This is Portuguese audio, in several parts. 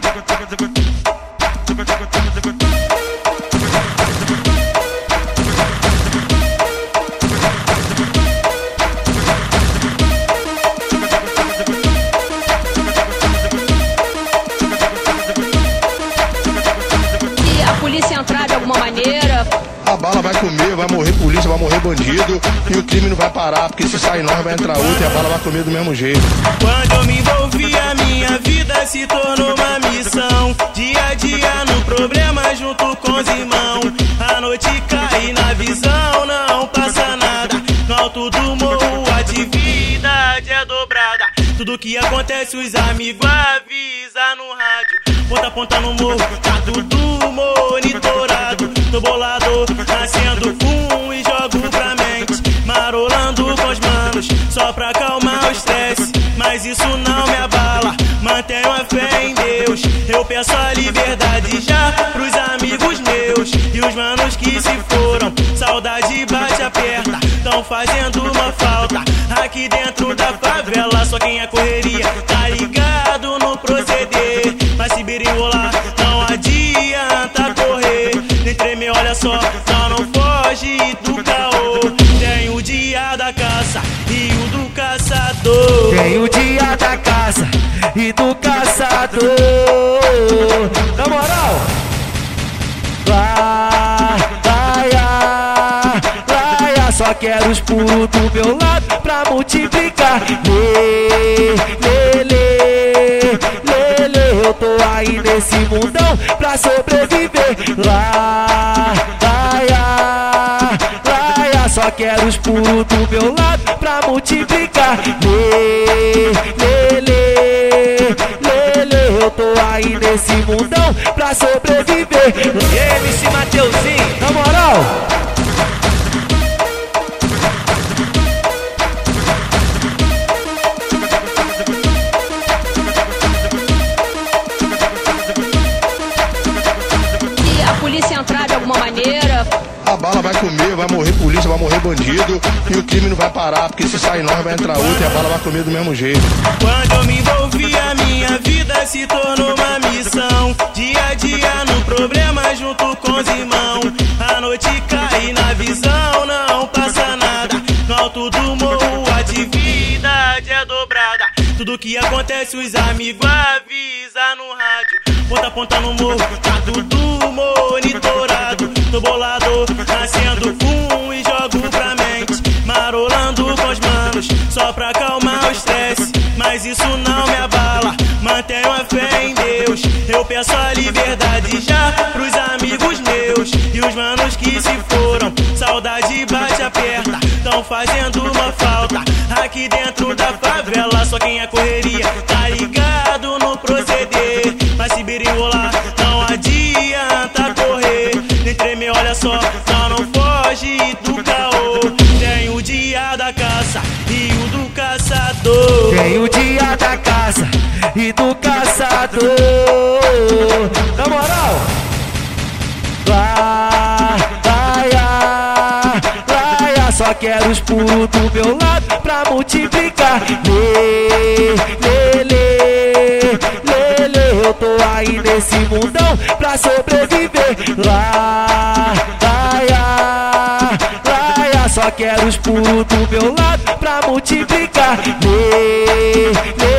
polícia entrar de alguma maneira, a bala vai comer, vai morrer polícia, vai morrer bandido, e o crime não vai parar, porque se sair nós vai entrar outro e a bala vai comer do mesmo jeito. Quando eu me envolvi, a minha vida se tornou uma missão. Dia a dia no problema junto com os irmãos. A noite cai na visão, não passa nada. No alto do morro a atividade é dobrada. Tudo que acontece os amigos avisa no rádio. Ponta a ponta no morro, tá tudo monitorado. Tô bolado, acendo fumo e jogo pra mente. Marolando com os manos, só pra acalmar o estresse. Mas isso não me abala, mantenho a fé em Deus. Eu peço a liberdade já pros amigos meus. E os manos que se foram, saudade bate, aperta. Tão fazendo uma falta aqui dentro da favela. Só quem é correria tá ligado no proceder. Mas se birimbolar não adianta correr. Nem tremer, olha só, não foge do caô. Tem o dia da caça e o do caçador. Tem o dia da caça e do caçador. Na moral, laia, só quero os puros do meu lado pra multiplicar. Eu tô aí nesse mundão pra sobreviver. Laia, só quero os puros do meu lado pra multiplicar. Eu tô aí nesse mundão pra sobreviver. E aí, MC Mateuzinho, na moral, polícia entrar de alguma maneira, a bala vai comer, vai morrer polícia, vai morrer bandido, e o crime não vai parar, porque se sair nós vai entrar outro e a bala vai comer do mesmo jeito. Quando eu me envolvi, a minha vida se tornou uma missão. Dia a dia no problema junto com os irmãos. A noite cai na visão, não passa nada. No alto do morro a atividade é dobrada. Tudo que acontece os amigos avisa no rádio. Ponta a ponta no morro, tá tudo monitorado. Tô bolado, acendo fumo e jogo pra mente. Marolando com os manos, só pra acalmar o estresse. Mas isso não me abala, mantenho a fé em Deus. Eu peço a liberdade já pros amigos meus. E os manos que se foram, saudade bate, aperta. Tão fazendo uma falta aqui dentro da favela. Só quem é correria tá ligado no proceder. Mas se birimbolar não adianta correr. Nem tremer, olha só, não foge do caô. Tem o dia da caça e o do caçador. tem o dia da caça e do caçador. Na moral, laia, só quero os puros do meu lado pra multiplicar. Eu tô aí nesse mundão pra sobreviver. Laia, só quero os puros do meu lado pra multiplicar.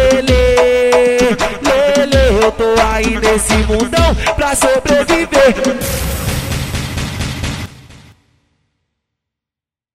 Eu tô aí nesse mundão pra sobreviver.